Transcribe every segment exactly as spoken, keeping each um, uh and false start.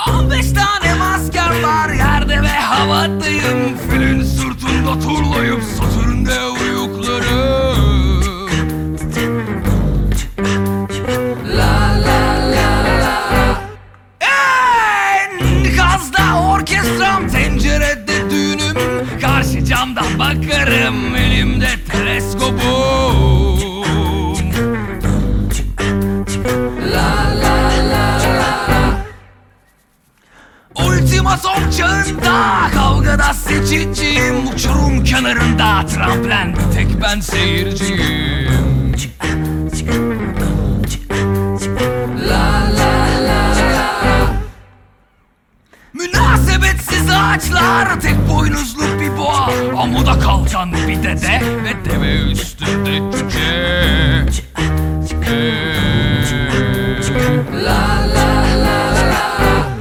On beş tane masker var yerde ve havadayım. Filin sırtında turlayıp satürnde uyuklarım. La la la la. En gazda orkestram, tencerede düğünüm. Karşı camdan bakarım, elimde teleskopum. Ultimatom çağında kavgada seçiciyim. Uçurum kenarında tramplen, tek ben seyirciyim. La la la la. Münasebetsiz ağaçlar, tek boynuzlu bir boğa, amuda kalkan bir dede ve deve üstünde cüce. La la la la.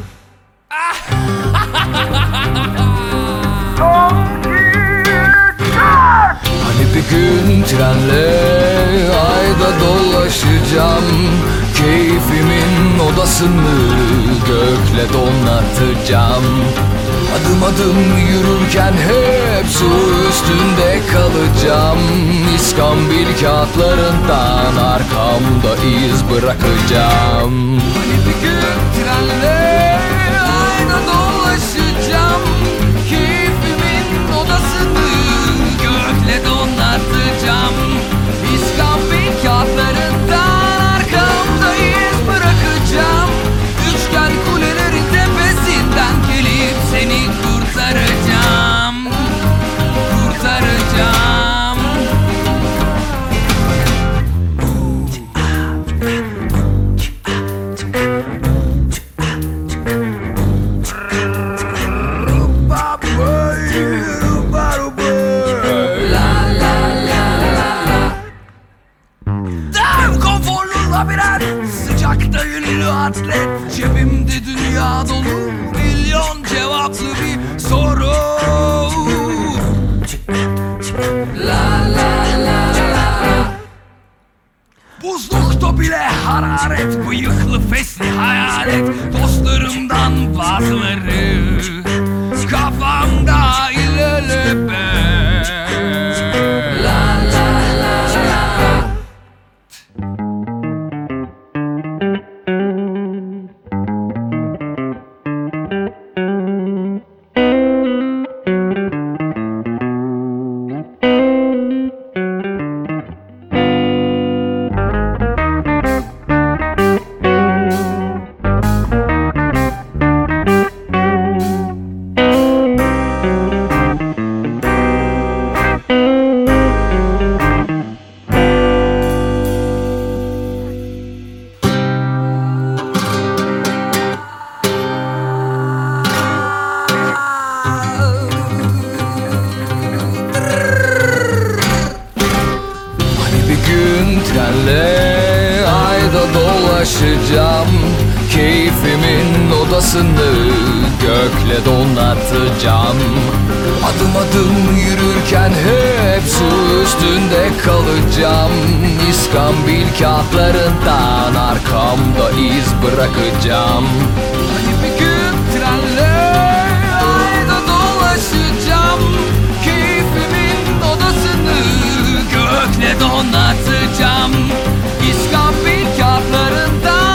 Hani bir gün trenle ayda dolaşacağım, keyfimin odasını gökle donatacağım. Adım adım yürürken hep su üstünde kalacağım. İskambil kağıtlarından arkamda iz bırakacağım. Hani bir gün trenle ayda dolaşacağım, keyfimin odasını gökle donatacağım. İskambil kağıtlarından arkamda iz bırakacağım. Üçgen kulelerin tepesinden gelip seni kurtaracağım. Kurtaracağım. Sıcakta ünlü atlet, cebimde dünya dolu, milyon cevaplı bir soru. La la la la. Buzlukta bile hararet, bıyıklı fesli hayalet. Dostlarımdan bazıları kafamda ilelebet. La la la la. Trenle ayda dolaşacağım, keyfimin odasını gökle donatacağım. Adım adım yürürken hep su üstünde kalacağım. İskambil kağıtlarından arkamda iz bırakacağım. Hani bir gün trenle ayda dolaşacağım, keyfimin odasını gökle donatacağım. İskambil kağıtlarından